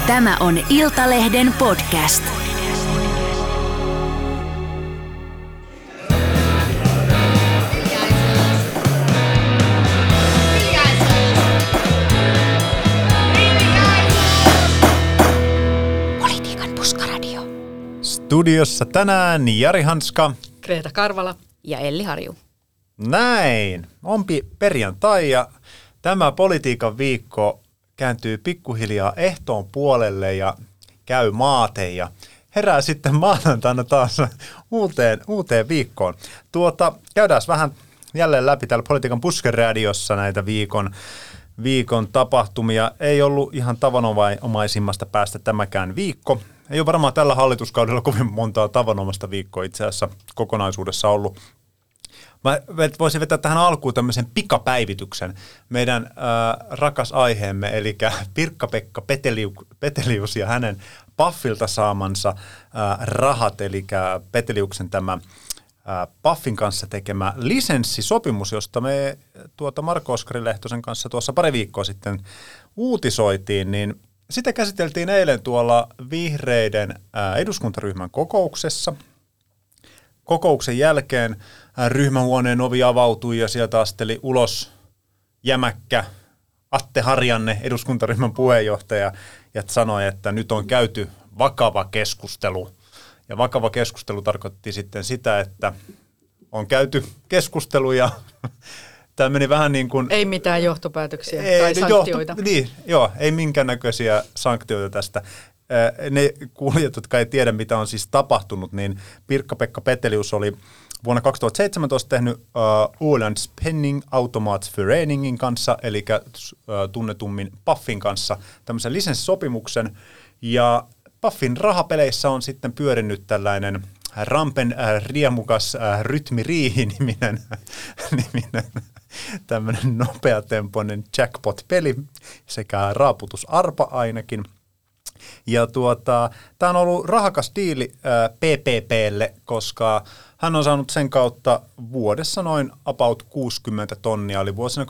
Tämä on Iltalehden podcast. Politiikan puskaradio. Studiossa tänään Jari Hanska, Kreta Karvala Ja Elli Harju. Näin, onpi perjantai ja tämä politiikan viikko kääntyy pikkuhiljaa ehtoon puolelle ja käy maaten ja herää sitten maanantaina taas uuteen viikkoon. Käydään vähän jälleen läpi täällä Politiikan puskaradiossa näitä viikon tapahtumia. Ei ollut ihan tavanomaisimmasta päästä tämäkään viikko. Ei ole varmaan tällä hallituskaudella kovin montaa tavanomaista viikkoa itse asiassa kokonaisuudessa ollut. Mä voisin vetää tähän alkuun tämmöisen pikapäivityksen. Meidän rakas aiheemme, eli Pirkka-Pekka Petelius ja hänen Paffilta saamansa rahat, eli Peteliuksen tämä Paffin kanssa tekemä lisenssisopimus, josta me Marko Oskari Lehtosen kanssa tuossa pari viikkoa sitten uutisoitiin, niin sitä käsiteltiin eilen tuolla vihreiden eduskuntaryhmän kokouksessa. Kokouksen jälkeen ryhmähuoneen ovi avautui ja sieltä asteli ulos jämäkkä Atte Harjanne, eduskuntaryhmän puheenjohtaja, ja sanoi, että nyt on käyty vakava keskustelu. Ja vakava keskustelu tarkoitti sitten sitä, että on käyty keskustelu ja tämä meni vähän niin kuin... Ei mitään johtopäätöksiä tai sanktioita. Ei minkäännäköisiä sanktioita tästä. Ne kuulijat, jotka ei tiedä, mitä on siis tapahtunut, niin Pirkka-Pekka Petelius oli vuonna 2017 tehnyt Ålands Penningautomatsföreningin kanssa, eli tunnetummin Paffin kanssa, tämmöisen lisenssisopimuksen. Ja Paffin rahapeleissä on sitten pyörinyt tällainen Rampen riemukas rytmiriihi-niminen tämmöinen nopeatempoinen jackpot-peli sekä raaputusarpa ainakin. Ja tämä on ollut rahakas diili PPPlle, koska hän on saanut sen kautta vuodessa noin about 60 tonnia, eli vuosina 2019-2021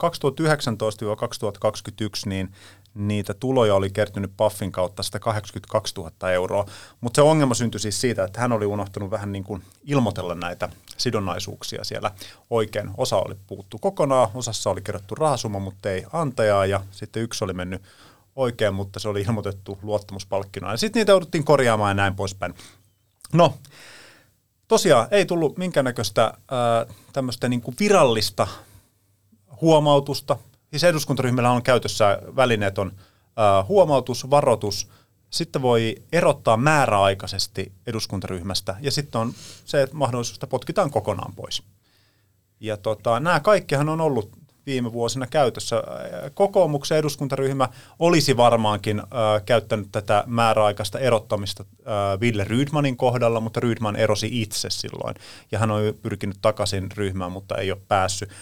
niin niitä tuloja oli kertynyt Paffin kautta 182 000 euroa, mutta se ongelma syntyi siis siitä, että hän oli unohtanut vähän niin kuin ilmoitella näitä sidonnaisuuksia siellä oikein. Osa oli puuttu kokonaan, osassa oli kerrottu rahasumma, mutta ei antajaa, ja sitten yksi oli mennyt oikein, mutta se oli ilmoitettu luottamuspalkkina. Ja sitten niitä jouduttiin korjaamaan ja näin poispäin. No, tosiaan ei tullut minkäännäköistä tämmöistä niin kuin virallista huomautusta. Siis eduskuntaryhmällä on käytössä välineet on huomautus, varoitus, sitten voi erottaa määräaikaisesti eduskuntaryhmästä ja sitten on se, että mahdollisuus, että potkitaan kokonaan pois. Ja nämä kaikkihan on ollut viime vuosina käytössä. Kokoomuksen eduskuntaryhmä olisi varmaankin käyttänyt tätä määräaikaista erottamista Ville Rydmanin kohdalla, mutta Rydman erosi itse silloin. Ja hän on pyrkinyt takaisin ryhmään, mutta ei ole päässyt.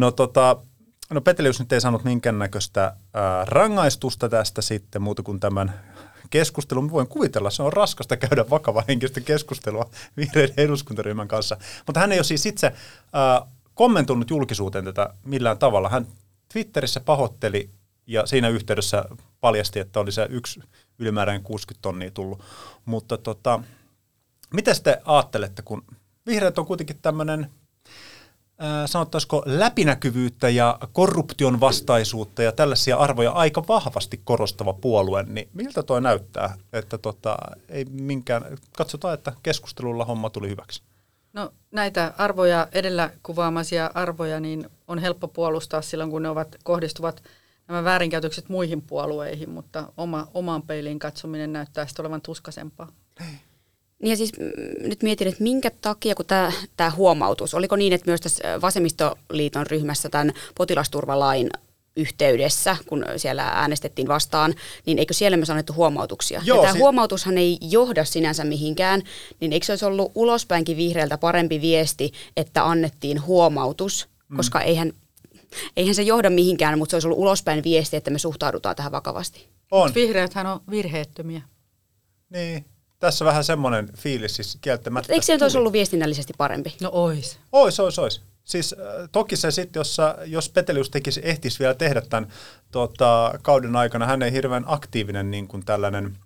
No Petelius nyt ei saanut minkäännäköistä rangaistusta tästä sitten muuta kuin tämän keskustelun. Voin kuvitella, se on raskasta käydä vakavaa henkistä keskustelua vihreiden eduskuntaryhmän kanssa. Mutta hän ei ole siis itse kommentoinut julkisuuteen tätä millään tavalla. Hän Twitterissä pahoitteli ja siinä yhteydessä paljasti, että oli se yksi ylimääräinen 60 tonnia tullut. Mutta miten te ajattelette, kun vihreät on kuitenkin tämmöinen, sanottaisiko läpinäkyvyyttä ja korruption vastaisuutta ja tällaisia arvoja aika vahvasti korostava puolue, niin miltä toi näyttää, että ei minkään, katsotaan, että keskustelulla homma tuli hyväksi. No näitä arvoja, edellä kuvaamaisia arvoja, niin on helppo puolustaa silloin, kun ne kohdistuvat nämä väärinkäytökset muihin puolueihin, mutta omaan peiliin katsominen näyttää sitten olevan tuskaisempaa. Niin ja siis nyt mietin, että minkä takia, kun tämä huomautus, oliko niin, että myös tässä Vasemmistoliiton ryhmässä tämän potilasturvalain yhteydessä, kun siellä äänestettiin vastaan, niin eikö siellä myös annettu huomautuksia? Joo, ja tämä huomautushan ei johda sinänsä mihinkään, niin eikö se olisi ollut ulospäinkin vihreältä parempi viesti, että annettiin huomautus, koska eihän se johda mihinkään, mutta se olisi ollut ulospäin viesti, että me suhtaudutaan tähän vakavasti. On. Vihreäthän on virheettömiä. Niin. Tässä vähän semmoinen fiilis siis kieltämättä. Eikö se nyt olisi ollut viestinnällisesti parempi? No ois. Ois. Siis toki se sitten, jos Petelius ehtisi vielä tehdä tämän kauden aikana, hän ei hirveän aktiivinen niin kuin tällainen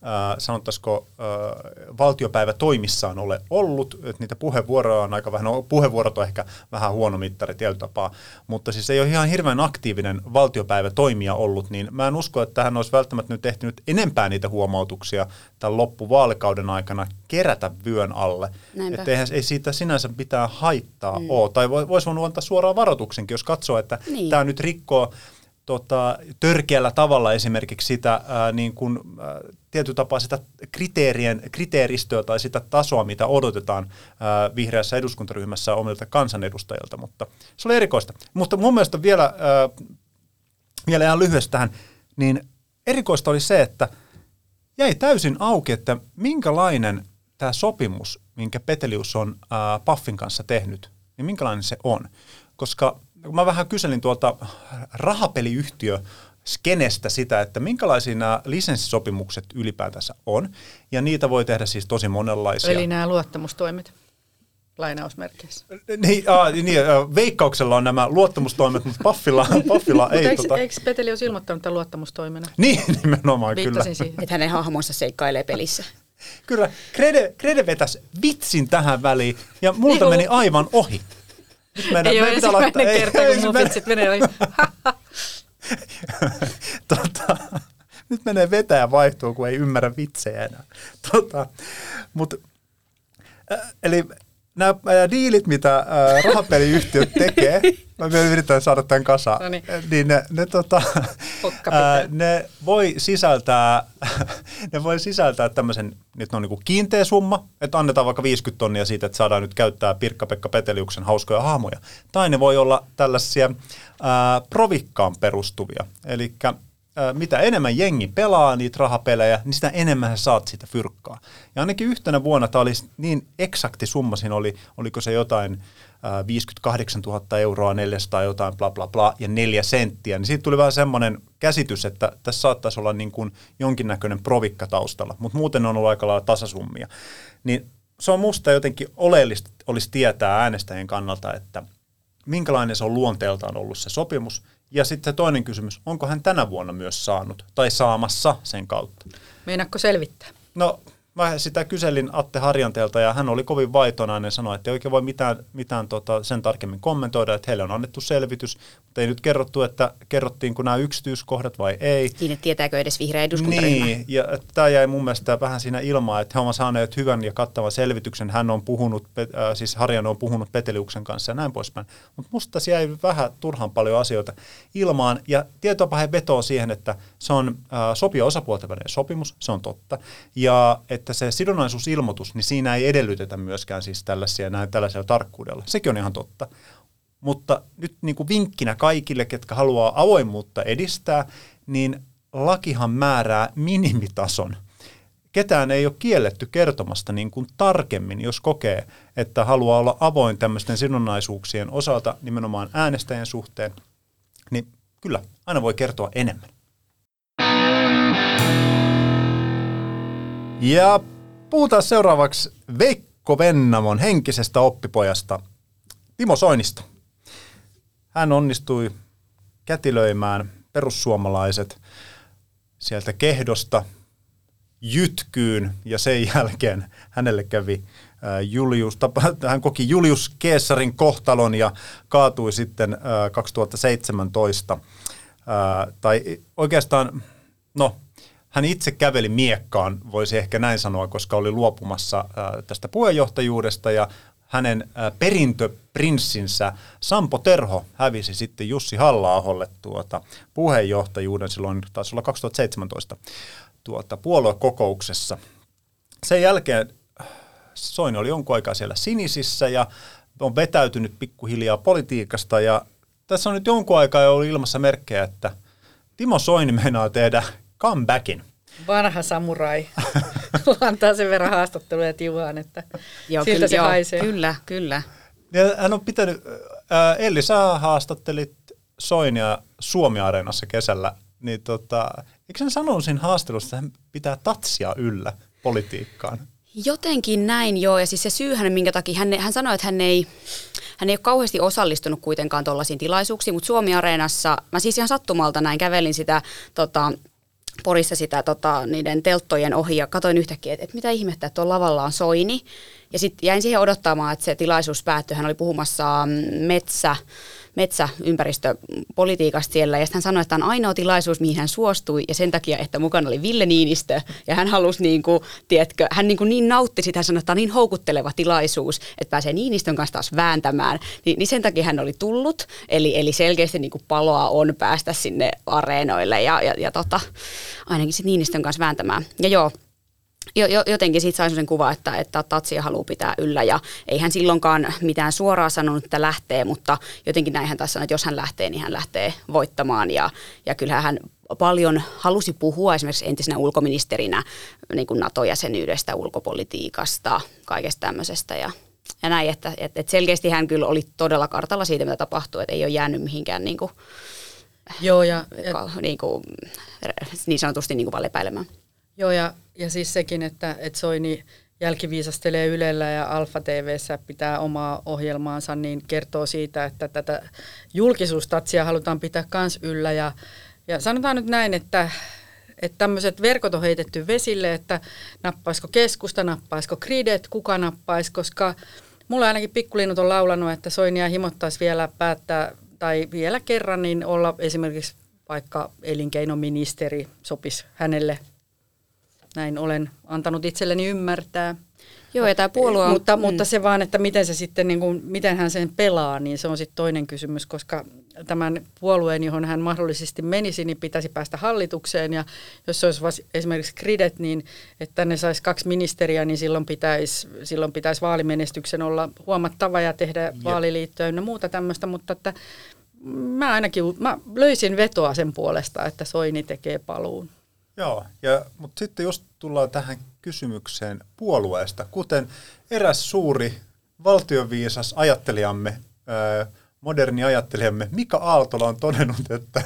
sanottaisiko valtiopäivätoimissaan ole ollut, että niitä puheenvuoroja on aika vähän, puheenvuorot on ehkä vähän huono mittari tietyllä tapaa, mutta siis ei ole ihan hirveän aktiivinen valtiopäivätoimija ollut, niin mä en usko, että hän olisi välttämättä nyt ehtinyt enempää niitä huomautuksia tämän loppuvaalikauden aikana kerätä vyön alle. Että ei siitä sinänsä mitään haittaa ole, tai voisi voinut antaa suoraan varoituksenkin, jos katsoo, että tämä nyt rikkoo törkeällä tavalla esimerkiksi sitä niin kuin, tietyllä tapaa sitä kriteeristöä tai sitä tasoa, mitä odotetaan vihreässä eduskuntaryhmässä omilta kansanedustajilta, mutta se oli erikoista. Mutta mun mielestä vielä ihan lyhyesti tähän, niin erikoista oli se, että jäi täysin auki, että minkälainen tämä sopimus, minkä Petelius on Pafin kanssa tehnyt, niin minkälainen se on, koska mä vähän kyselin tuolta rahapeliyhtiö skenestä sitä, että minkälaisia nämä lisenssisopimukset ylipäätänsä on, ja niitä voi tehdä siis tosi monenlaisia. Eli nämä luottamustoimet, lainausmerkeissä. Veikkauksella on nämä luottamustoimet, mutta Paffilla ei. Eikö Petelius ilmoittanut tämän luottamustoimena? Niin, nimenomaan. Viittasin siihen. Että hänen hahmonsa seikkailee pelissä. Kyllä, Krede vetäisi vitsin tähän väliin, ja multa meni aivan ohi. Ei ole ensimmäinen kerta, kun mun vitsit menee ohi. Nyt menee vetäjä vaihtuu, kun ei ymmärrä vitsejä enää. Eli nämä diilit, mitä rahapeliyhtiöt tekee, mä yritän saada tämän kasaan, niin ne voi sisältää tämmöisen, nyt on niin kuin kiinteä summa, että annetaan vaikka 50 tonnia siitä, että saadaan nyt käyttää Pirkka-Pekka Peteliuksen hauskoja hahmoja. Tai ne voi olla tällaisia provikkaan perustuvia, eli mitä enemmän jengi pelaa niitä rahapelejä, niin sitä enemmän sä saat sitä fyrkkaa. Ja ainakin yhtenä vuonna tämä oli niin eksakti summa, siinä oliko se jotain 58 000 euroa, 400 jotain bla bla bla ja 4 senttiä, niin siitä tuli vähän semmoinen käsitys, että tässä saattaisi olla niin kuin jonkinnäköinen provikka taustalla, mutta muuten on ollut aika lailla tasasummia. Niin se on musta jotenkin oleellista olisi tietää äänestäjien kannalta, että minkälainen se on luonteeltaan ollut se sopimus. Ja sitten se toinen kysymys, onko hän tänä vuonna myös saanut tai saamassa sen kautta? Meinaatko selvittää? No, mä sitä kyselin Atte Harjanteelta ja hän oli kovin vaitonainen, sanoi, että ei oikein voi mitään sen tarkemmin kommentoida, että heille on annettu selvitys, mutta ei nyt kerrottu, että kerrottiinko nämä yksityiskohdat vai ei. Niin, että tietääkö edes vihreä eduskuntaryhmä? Niin, ja tämä jäi mun mielestä vähän siinä ilmaan, että he ovat saaneet hyvän ja kattavan selvityksen. Hän on puhunut, siis Harjanne on puhunut Peteliuksen kanssa ja näin poispäin. Mutta musta tässä jäi vähän turhan paljon asioita ilmaan ja tietysti he vetoo siihen, että se on sopia osapuolten välinen sopimus, se on totta. Ja että se sidonnaisuusilmoitus, niin siinä ei edellytetä myöskään siis tällaisella tarkkuudella. Sekin on ihan totta. Mutta nyt niin kuin vinkkinä kaikille, ketkä haluaa avoimuutta edistää, niin lakihan määrää minimitason. Ketään ei ole kielletty kertomasta niin kuin tarkemmin, jos kokee, että haluaa olla avoin tämmöisten sidonnaisuuksien osalta nimenomaan äänestäjien suhteen, niin kyllä, aina voi kertoa enemmän. Ja puhutaan seuraavaksi Veikko Vennamon henkisestä oppipojasta Timo Soinista. Hän onnistui kätilöimään perussuomalaiset sieltä Kehdosta Jytkyyn ja sen jälkeen hänelle kävi hän koki Julius Caesarin kohtalon ja kaatui sitten 2017. Tai oikeastaan, hän itse käveli miekkaan, voisi ehkä näin sanoa, koska oli luopumassa tästä puheenjohtajuudesta ja hänen perintöprinssinsä Sampo Terho hävisi sitten Jussi Halla-aholle puheenjohtajuuden silloin, taisi olla 2017 puoluekokouksessa. Sen jälkeen Soini oli jonkun aikaa siellä sinisissä ja on vetäytynyt pikkuhiljaa politiikasta ja tässä on nyt jonkun aikaa jo ollut ilmassa merkkejä, että Timo Soini meinaa tehdä comebackin. Vanha samurai. Antaa sen verran haastatteluja Tiuhaan, että siltä se haisee. Kyllä. Ja hän on pitänyt, Elli, sä haastattelit Soinia Suomi-areenassa kesällä, niin eikö hän sanonut siinä haastattelussa, että hän pitää tatsia yllä politiikkaan? Jotenkin näin joo, ja siis se syyhän, minkä takia hän sanoi, että hän ei ole kauheasti osallistunut kuitenkaan tuollaisiin tilaisuuksiin, mutta Suomi-areenassa, mä siis ihan sattumalta näin kävelin sitä Porissa sitä niiden telttojen ohi ja katsoin yhtäkkiä, että mitä ihmettä, että tuolla lavalla on Soini. Ja sitten jäin siihen odottamaan, että se tilaisuus päättyi. Hän oli puhumassa metsäympäristöpolitiikasta siellä. Ja sitten hän sanoi, että tämä on ainoa tilaisuus, mihin hän suostui. Ja sen takia, että mukana oli Ville Niinistö. Ja hän halusi, hän niin nautti sitä. Hän sanoi, että tämä on niin houkutteleva tilaisuus, että pääsee Niinistön kanssa taas vääntämään. Niin sen takia hän oli tullut. Eli selkeästi paloa on päästä sinne areenoille ja ainakin sitten Niinistön kanssa vääntämään. Ja joo. Jotenkin siitä sai sen kuva, että Tatsia haluaa pitää yllä ja ei hän silloinkaan mitään suoraan sanonut, että lähtee, mutta jotenkin näin hän taas sanoi, että jos hän lähtee, niin hän lähtee voittamaan ja kyllähän hän paljon halusi puhua esimerkiksi entisenä ulkoministerinä niin kuin NATO-jäsenyydestä, ulkopolitiikasta, kaikesta tämmöisestä ja näin, että selkeästi hän kyllä oli todella kartalla siitä, mitä tapahtui, että ei ole jäänyt mihinkään niin sanotusti vaan lepäilemään. Joo, ja siis sekin, että Soini jälkiviisastelee Ylellä ja Alfa TV:ssä pitää omaa ohjelmaansa, niin kertoo siitä, että tätä julkisuustatsia halutaan pitää kans yllä. Ja sanotaan nyt näin, että tämmöiset verkot on heitetty vesille, että nappaisiko keskusta, nappaisiko Kridet, kuka nappaisi, koska mulla ainakin pikkulinnut on laulanut, että Soinia himottaisi vielä päättää tai vielä kerran niin olla esimerkiksi vaikka elinkeinoministeri sopisi hänelle. Näin olen antanut itselleni ymmärtää. Joo, ja tämä puolue on... Mutta se vaan, että miten se sitten, miten hän sen pelaa, niin se on sitten toinen kysymys, koska tämän puolueen, johon hän mahdollisesti menisi, niin pitäisi päästä hallitukseen. Ja jos se olisi esimerkiksi Kridet, niin että ne saisi 2 ministeriä, niin silloin pitäisi vaalimenestyksen olla huomattava ja tehdä vaaliliittoja ja muuta tämmöistä. Mutta että mä löysin vetoa sen puolesta, että Soini tekee paluun. Joo, mutta sitten just tullaan tähän kysymykseen puolueesta, kuten eräs suuri valtioviisas ajattelijamme, moderni ajattelijamme Mika Aaltola on todennut,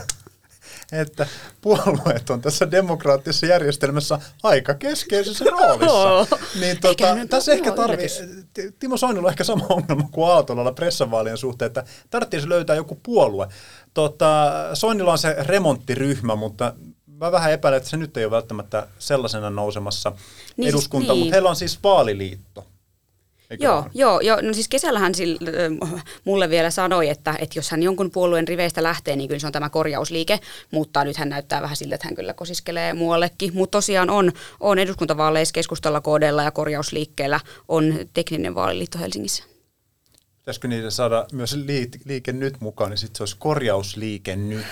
että puolueet on tässä demokraattisessa järjestelmässä aika keskeisessä roolissa. Niin tässä ehkä Timo Soinilla on ehkä sama ongelma kuin Aaltolalla pressavaalien suhteen, että tarvitsisi löytää joku puolue. Soinilla on se remonttiryhmä, mutta mä vähän epäilen, että se nyt ei ole välttämättä sellaisena nousemassa eduskuntaan, mutta heillä on siis vaaliliitto. Joo. No siis kesällähän mulle vielä sanoi, että jos hän jonkun puolueen riveistä lähtee, niin kyllä se on tämä korjausliike, mutta nyt hän näyttää vähän siltä, että hän kyllä kosiskelee muuallekin. Mutta tosiaan on eduskuntavaaleissa Keskustalla, KD:lla ja korjausliikkeellä on tekninen vaaliliitto Helsingissä. Pitäisikö niitä saada myös liike nyt mukaan, niin sitten se olisi korjausliike nyt.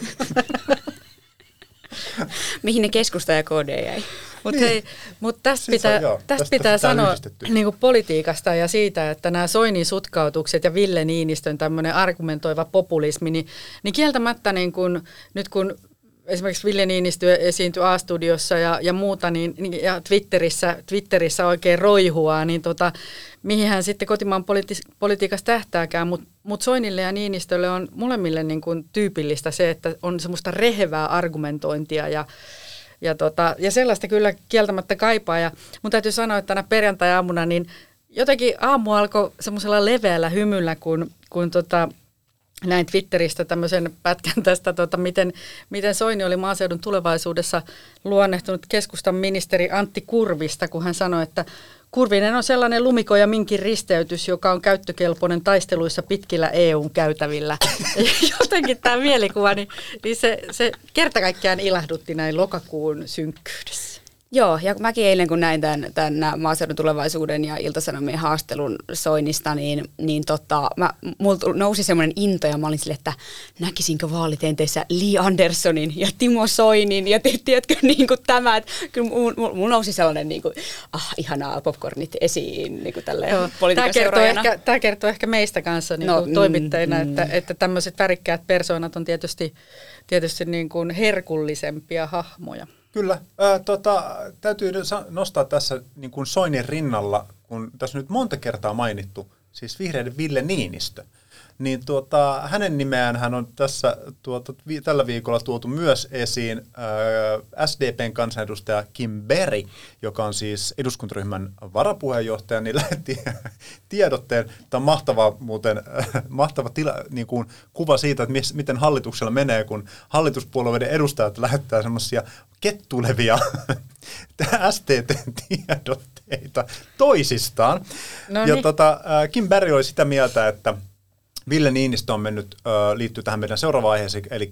Mihin ne Keskusta ja KD jäi. Mutta tästä pitää sanoa niin kuin politiikasta ja siitä, että nämä Soinin sutkautukset ja Ville Niinistön tämmöinen argumentoiva populismi, niin kieltämättä niin kun, nyt kun esimerkiksi Ville Niinistö esiintyi A-studiossa ja muuta, ja Twitterissä oikein roihuaa, niin mihin hän sitten kotimaan politiikassa tähtääkään, mutta Soinille ja Niinistölle on molemmille niin kuin tyypillistä se, että on semmoista rehevää argumentointia ja sellaista kyllä kieltämättä kaipaa. Ja mun täytyy sanoa, että tänä perjantai-aamuna niin jotenkin aamu alkoi semmoisella leveällä hymyllä, kun näin Twitteristä tämmöisen pätkän tästä, miten Soini oli maaseudun tulevaisuudessa luonnehtunut keskustan ministeri Antti Kurvista, kun hän sanoi, että Kurvinen on sellainen lumiko ja minkin risteytys, joka on käyttökelpoinen taisteluissa pitkillä EU-käytävillä. Jotenkin tämä mielikuva, niin se kerta kaikkiaan ilahdutti näin lokakuun synkkyydessä. Joo, ja mäkin eilen kun näin tämän maaseudun tulevaisuuden ja Ilta-Sanomien haastelun Soinista, mulla nousi semmoinen into ja mä olin silleen, että näkisinkö vaalitenteissä Li Anderssonin ja Timo Soinin ja tiedätkö niin kuin tämä, että kyllä mulla nousi sellainen niin kuin, ihanaa popcornit esiin niin kuin tälleen politiikan seuraajana. Tämä kertoo ehkä meistä kanssa niin kuin toimittajina, että tämmöiset värikkäät persoonat on tietysti niin kuin herkullisempia hahmoja. Kyllä. Täytyy nostaa tässä niin kuin Soinin rinnalla, kun tässä nyt monta kertaa mainittu, siis vihreiden Ville Niinistö. niin hänen nimeään hän on tässä tällä viikolla tuotu myös esiin SDPn kansanedustaja Kim Berg, joka on siis eduskuntaryhmän varapuheenjohtaja, niin lähetti tiedotteen. Tämä on mahtava niin kuin kuva siitä, että miten hallituksella menee, kun hallituspuolueiden edustajat lähettää semmoisia kettulevia STT-tiedotteita toisistaan. Noniin. Ja Kim Berg oli sitä mieltä, että Ville Niinistö on mennyt, liittyy tähän meidän seuraavaan aiheeseen, eli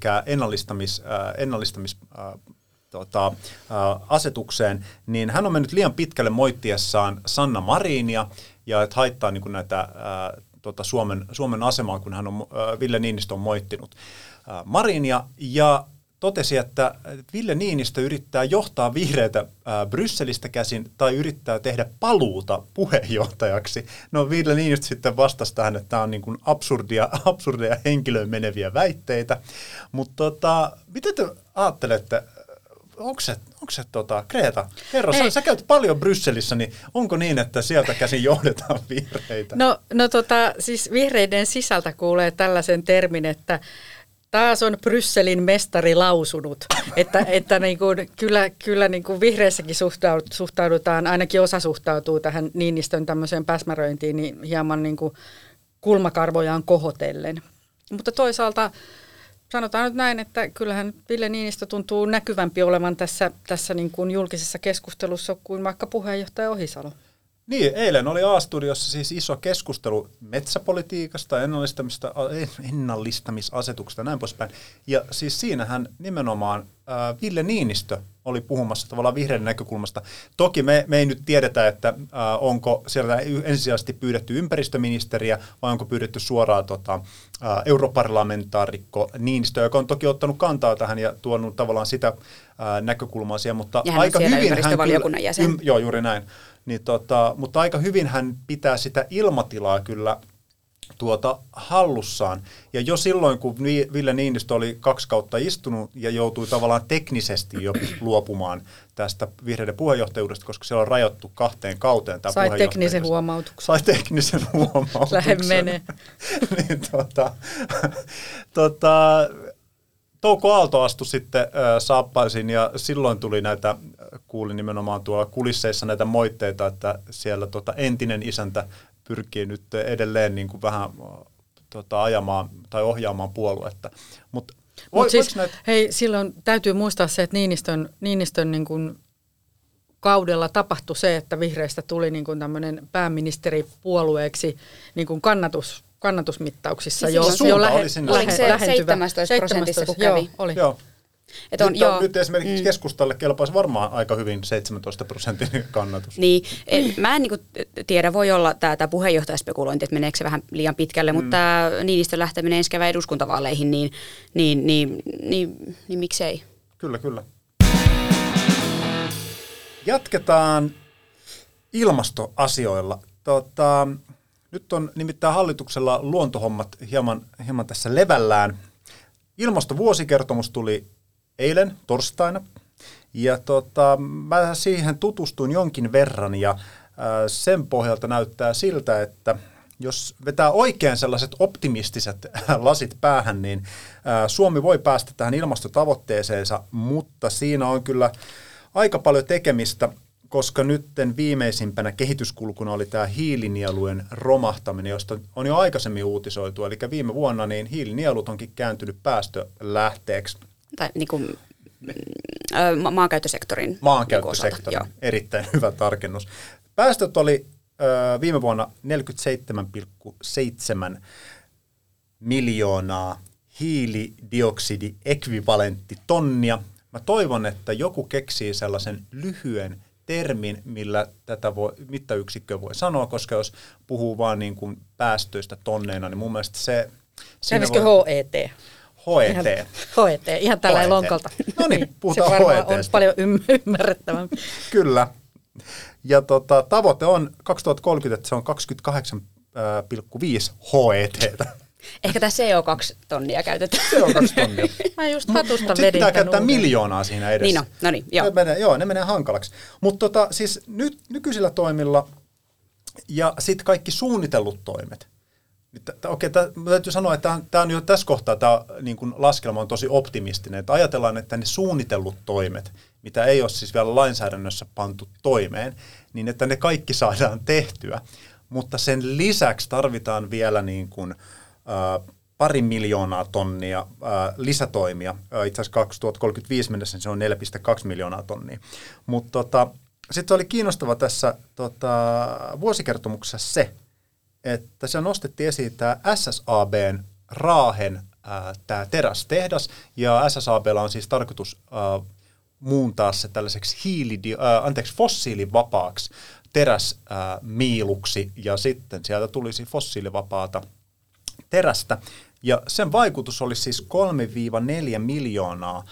asetukseen, niin hän on mennyt liian pitkälle moittiessaan Sanna Marinia, ja että haittaa niin kuin näitä Suomen asemaa, kun hän on, Ville Niinistö on moittinut Marinia, ja totesi, että Ville Niinistö yrittää johtaa vihreitä Brysselistä käsin tai yrittää tehdä paluuta puheenjohtajaksi. No Ville Niinistö sitten vastasi tähän, että tämä on niin kuin absurdeja henkilöön meneviä väitteitä. Mutta miten te ajattelette, onko se Kreta, herra, sä käyt paljon Brysselissä, niin onko niin, että sieltä käsin johdetaan vihreitä? Siis vihreiden sisältä kuulee tällaisen termin, että taas on Brysselin mestari lausunut, että niin kuin, kyllä niin kuin vihreissäkin suhtaudutaan, ainakin osa suhtautuu tähän Niinistön tämmöiseen päsmäröintiin niin hieman niin kuin kulmakarvojaan kohotellen. Mutta toisaalta sanotaan nyt näin, että kyllähän Ville Niinistö tuntuu näkyvämpi olevan tässä niin kuin julkisessa keskustelussa kuin vaikka puheenjohtaja Ohisalo. Niin, eilen oli A-studiossa siis iso keskustelu metsäpolitiikasta, ennallistamisasetuksesta ja näin poispäin. Ja siis siinähän nimenomaan Ville Niinistö oli puhumassa tavallaan vihreiden näkökulmasta. Toki me ei nyt tiedetä, että onko sieltä ensisijaisesti pyydetty ympäristöministeriä vai onko pyydetty suoraan europarlamentaarikko Niinistö, joka on toki ottanut kantaa tähän ja tuonut tavallaan sitä näkökulmaa siihen, mutta ja aika hyvin ympäristövaliokunnan jäsen. Joo, juuri näin. Niin mutta aika hyvin hän pitää sitä ilmatilaa kyllä hallussaan. Ja jo silloin, kun Ville Niinistö oli 2 kautta istunut ja joutui tavallaan teknisesti jo luopumaan tästä vihreiden puheenjohtajuudesta, koska siellä on rajattu 2 kauteen tämä Sai teknisen huomautuksen. Sai teknisen huomautuksen. Lähde menee. Niin, Touko Aalto astui sitten saappaisiin ja silloin tuli kuulin nimenomaan tuolla kulisseissa näitä moitteita, että siellä entinen isäntä pyrkii nyt edelleen niin kuin vähän ajamaan tai ohjaamaan puoluetta. Mutta siis, silloin täytyy muistaa se, että Niinistön niin kuin kaudella tapahtui se, että vihreistä tuli niin kuin tämmöinen pääministeripuolueeksi niin kuin kannatusmittauksissa Siis jo oliko se 17%, kun kävi? Joo, oli. Joo. Nyt esimerkiksi keskustalle kelpaisi varmaan aika hyvin 17% kannatus. Niin, mä en niin kuin tiedä, voi olla tämä puheenjohtajaspekulointi, että meneekö se vähän liian pitkälle, mutta tämä Niinistön lähteminen ensi kevään eduskuntavaaleihin, niin miksei? Kyllä. Jatketaan ilmastoasioilla. Nyt on nimittäin hallituksella luontohommat hieman tässä levällään. Ilmastovuosikertomus tuli eilen torstaina ja mä siihen tutustuin jonkin verran ja sen pohjalta näyttää siltä, että jos vetää oikein sellaiset optimistiset lasit päähän, niin Suomi voi päästä tähän ilmastotavoitteeseensa, mutta siinä on kyllä aika paljon tekemistä, koska nytten viimeisimpänä kehityskulkuna oli tämä hiilinielujen romahtaminen, josta on jo aikaisemmin uutisoitu. Eli viime vuonna niin hiilinielut onkin kääntynyt päästölähteeksi. Tai niin kuin maankäyttösektorin. Maankäyttösektorin, erittäin hyvä tarkennus. Päästöt oli viime vuonna 47,7 miljoonaa hiilidioksidiekvivalenttitonnia. Mä toivon, että joku keksii sellaisen lyhyen termin, millä tätä mittayksikköä voi sanoa, koska jos puhuu vaan niin kuin päästöistä tonneina, niin mun mielestä se... Käynnisikö HET? HET, ihan tällä lonkalta. No niin, puhutaan HET. Se varmaan on paljon ymmärrettävämpi. Kyllä. Ja tavoite on 2030, että se on 28,5 HET. Ehkä tämä CO2-tonnia käytetään. CO2-tonnia. Mä just hatusta vedin. Sitten pitää käyttää miljoonaa siinä edessä. Niin no niin, joo. Ne menee hankalaksi. Mutta siis nykyisillä toimilla ja sitten kaikki suunnitellut toimet Okei, täytyy sanoa, että tämä on jo tässä kohtaa, tämä niin kuin laskelma on tosi optimistinen, että ajatellaan, että ne suunnitellut toimet, mitä ei ole siis vielä lainsäädännössä pantu toimeen, niin että ne kaikki saadaan tehtyä, mutta sen lisäksi tarvitaan vielä niin kuin, 2 miljoonaa tonnia lisätoimia. Itse asiassa 2035 mennessä se on 4,2 miljoonaa tonnia. Mutta sitten oli kiinnostava tässä vuosikertomuksessa se, että se nostettiin esiin tämä SSABn Raahen tämä terästehdas, ja SSABlla on siis tarkoitus muuntaa se tällaiseksi fossiilivapaaksi teräsmiiluksi, ja sitten sieltä tulisi fossiilivapaata terästä, ja sen vaikutus olisi siis 3-4 miljoonaa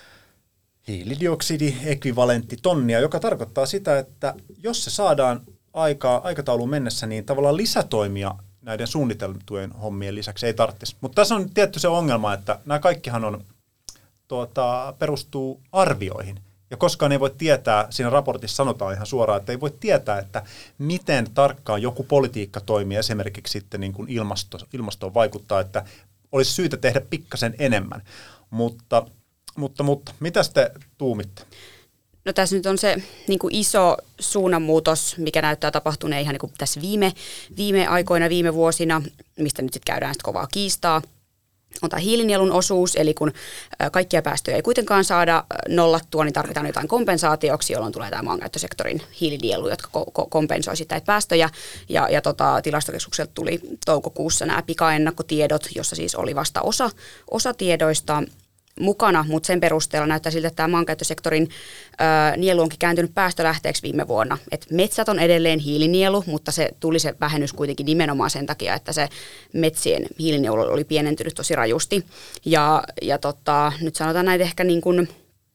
hiilidioksidiekvivalenttitonnia, joka tarkoittaa sitä, että jos se saadaan aikatauluun mennessä, niin tavallaan lisätoimia näiden suunniteltujen hommien lisäksi ei tarvitsisi. Mutta tässä on tietty se ongelma, että nämä kaikkihan on, perustuu arvioihin. Ja koskaan ei voi tietää, siinä raportissa sanotaan ihan suoraan, että ei voi tietää, että miten tarkkaan joku politiikka toimii esimerkiksi sitten niin kuin ilmastoon vaikuttaa, että olisi syytä tehdä pikkasen enemmän. Mutta mitä te tuumitte? No tässä nyt on se niin kuin iso suunnanmuutos, mikä näyttää tapahtuneen ihan niin kuin tässä viime aikoina, viime vuosina, mistä nyt sitten käydään kovaa kiistaa. On tämä hiilinielun osuus, eli kun kaikkia päästöjä ei kuitenkaan saada nollattua, niin tarvitaan jotain kompensaatioksi, jolloin tulee tämä maankäyttösektorin hiilinielu, jotka kompensoi sitä näitä päästöjä. Ja tilastokeskukselta tuli toukokuussa nämä pikaennakkotiedot, jossa siis oli vasta osa tiedoista mukana, mutta sen perusteella näyttää siltä, että tämä maankäyttösektorin nielu onkin kääntynyt päästölähteeksi viime vuonna. Et metsät on edelleen hiilinielu, mutta se vähennys kuitenkin nimenomaan sen takia, että se metsien hiilinielu oli pienentynyt tosi rajusti. Ja nyt sanotaan näitä ehkä niin kuin,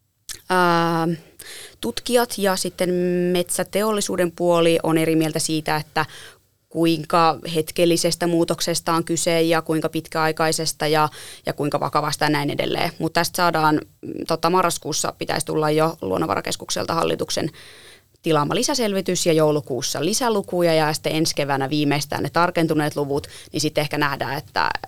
tutkijat ja sitten metsäteollisuuden puoli on eri mieltä siitä, että kuinka hetkellisestä muutoksesta on kyse ja kuinka pitkäaikaisesta ja kuinka vakavasta ja näin edelleen. Mutta tästä saadaan, marraskuussa pitäisi tulla jo Luonnonvarakeskukselta hallituksen tilaama lisäselvitys ja joulukuussa lisälukuja ja sitten ensi keväänä viimeistään ne tarkentuneet luvut, niin sitten ehkä nähdään,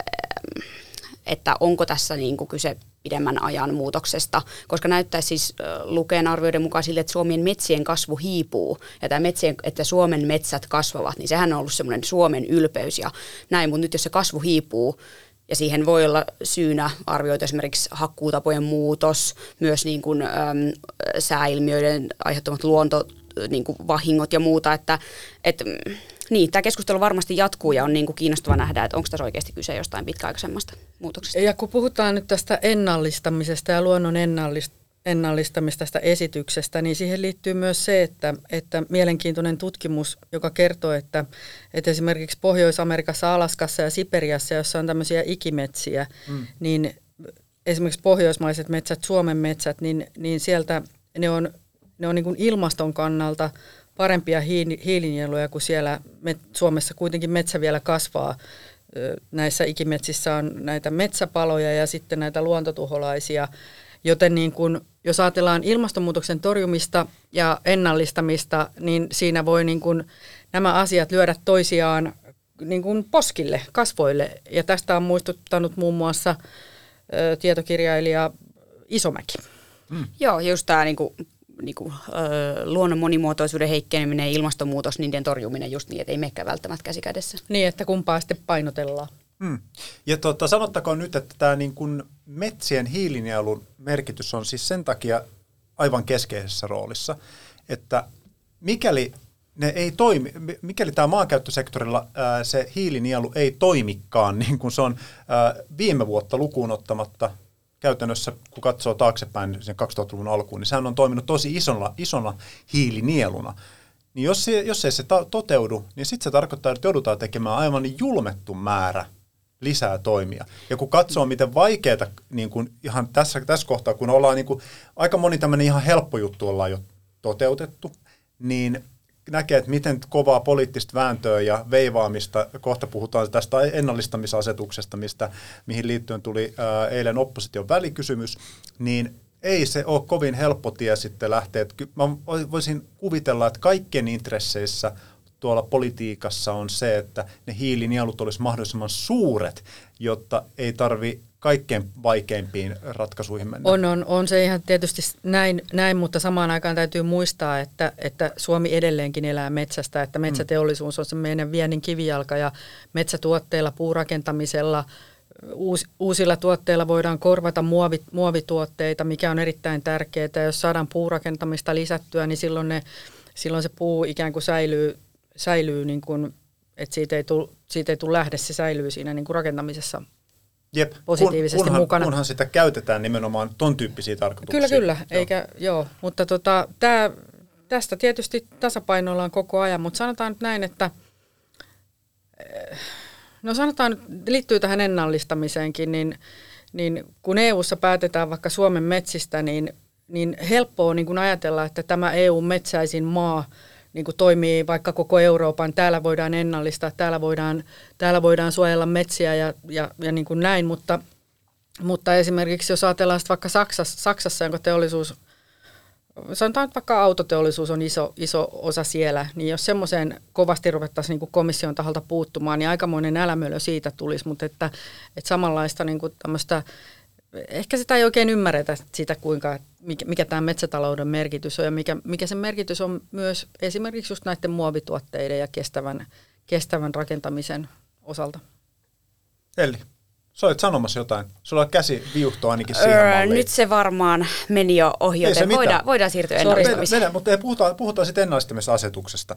että onko tässä niin kuin kyse pidemmän ajan muutoksesta, koska näyttäisi siis Luken arvioiden mukaan sille, että Suomen metsien kasvu hiipuu ja että Suomen metsät kasvavat, niin sehän on ollut semmoinen Suomen ylpeys ja näin, mutta nyt jos se kasvu hiipuu ja siihen voi olla syynä arvioitu esimerkiksi hakkuutapojen muutos, myös niin kuin, sääilmiöiden aiheuttamat niin kuin vahingot ja muuta, että niin, tämä keskustelu varmasti jatkuu ja on niin kuin kiinnostava nähdä, että onko tässä oikeasti kyse jostain pitkäaikaisemmasta muutoksesta. Ja kun puhutaan nyt tästä ennallistamisesta ja luonnon ennallistamista tästä esityksestä, niin siihen liittyy myös se, että mielenkiintoinen tutkimus, joka kertoo, että esimerkiksi Pohjois-Amerikassa, Alaskassa ja Siperiassa, jossa on tämmöisiä ikimetsiä, niin esimerkiksi pohjoismaiset metsät, Suomen metsät, niin sieltä ne on niin kuin ilmaston kannalta parempia hiilinieluja kuin siellä Suomessa kuitenkin metsä vielä kasvaa. Näissä ikimetsissä on näitä metsäpaloja ja sitten näitä luontotuholaisia, joten niin kun, jos ajatellaan ilmastonmuutoksen torjumista ja ennallistamista, niin siinä voi niin kun nämä asiat lyödä toisiaan niin kun poskille, kasvoille. Ja tästä on muistuttanut muun muassa tietokirjailija Isomäki. Joo, just tämä luonnon monimuotoisuuden heikkeneminen ja ilmastonmuutos, niiden torjuminen just niin, että ei menekään välttämättä käsi kädessä. Niin, että kumpaa sitten painotellaan. Ja sanottakoon nyt, että tämä niin kuin metsien hiilinielun merkitys on siis sen takia aivan keskeisessä roolissa, että mikäli tämä maankäyttösektorilla se hiilinielu ei toimikaan niin kuin se on viime vuotta lukuun ottamatta, käytännössä, kun katsoo taaksepäin sen 2000-luvun alkuun, niin sehän on toiminut tosi isona hiilinieluna. Niin jos ei se toteudu, niin sitten se tarkoittaa, että joudutaan tekemään aivan julmettu määrä lisää toimia. Ja kun katsoo, miten vaikeaa niin kun ihan tässä kohtaa, kun ollaan niin kun, aika moni tämmöinen ihan helppo juttu ollaan jo toteutettu, niin näkee, että miten kovaa poliittista vääntöä ja veivaamista, kohta puhutaan tästä ennallistamisasetuksesta, mihin liittyen tuli eilen opposition välikysymys, niin ei se ole kovin helppo tie sitten lähteä. Mä voisin kuvitella, että kaikkien intresseissä tuolla politiikassa on se, että ne hiilinielut olisi mahdollisimman suuret, jotta ei tarvi kaikkein vaikeimpiin ratkaisuihin mennä. On se ihan tietysti näin, mutta samaan aikaan täytyy muistaa, että Suomi edelleenkin elää metsästä, että metsäteollisuus on se meidän viennin kivijalka ja metsätuotteilla, puurakentamisella, uusilla tuotteilla voidaan korvata muovituotteita, mikä on erittäin tärkeää. Jos saadaan puurakentamista lisättyä, niin silloin se puu ikään kuin säilyy niin kuin, että siitä ei tule lähde, se säilyy siinä niin kuin rakentamisessa. Jep, positiivisesti mukana. Kunhan sitä käytetään nimenomaan ton tyyppisiä tarkoituksia. Kyllä, mutta tästä tietysti tasapainoillaan koko ajan, mutta sanotaan nyt näin, että liittyy tähän ennallistamiseenkin, niin kun EU:ssa päätetään vaikka Suomen metsistä, niin helppoa on niin kuin ajatella, että tämä EU-metsäisin maa niin kuin toimii vaikka koko Euroopan, täällä voidaan ennallistaa, täällä voidaan suojella metsiä ja niin kuin näin, mutta esimerkiksi jos ajatellaan vaikka Saksassa, jonka teollisuus, sanotaan että vaikka autoteollisuus on iso osa siellä, niin jos semmoiseen kovasti ruvettaisiin niin kuin komission taholta puuttumaan, niin aikamoinen älämölö siitä tulisi, mutta että samanlaista niin kuin tämmöistä, ehkä sitä ei oikein ymmärretä sitä, mikä tämä metsätalouden merkitys on ja mikä sen merkitys on myös esimerkiksi just näiden muovituotteiden ja kestävän rakentamisen osalta. Elli, sä olit sanomassa jotain. Sulla käsi viuhtoo ainakin siihen malliin. Nyt se varmaan meni jo ohi, joten voidaan siirtyä ennallistamiseen. Mutta puhutaan sitten ennallistamisasetuksesta.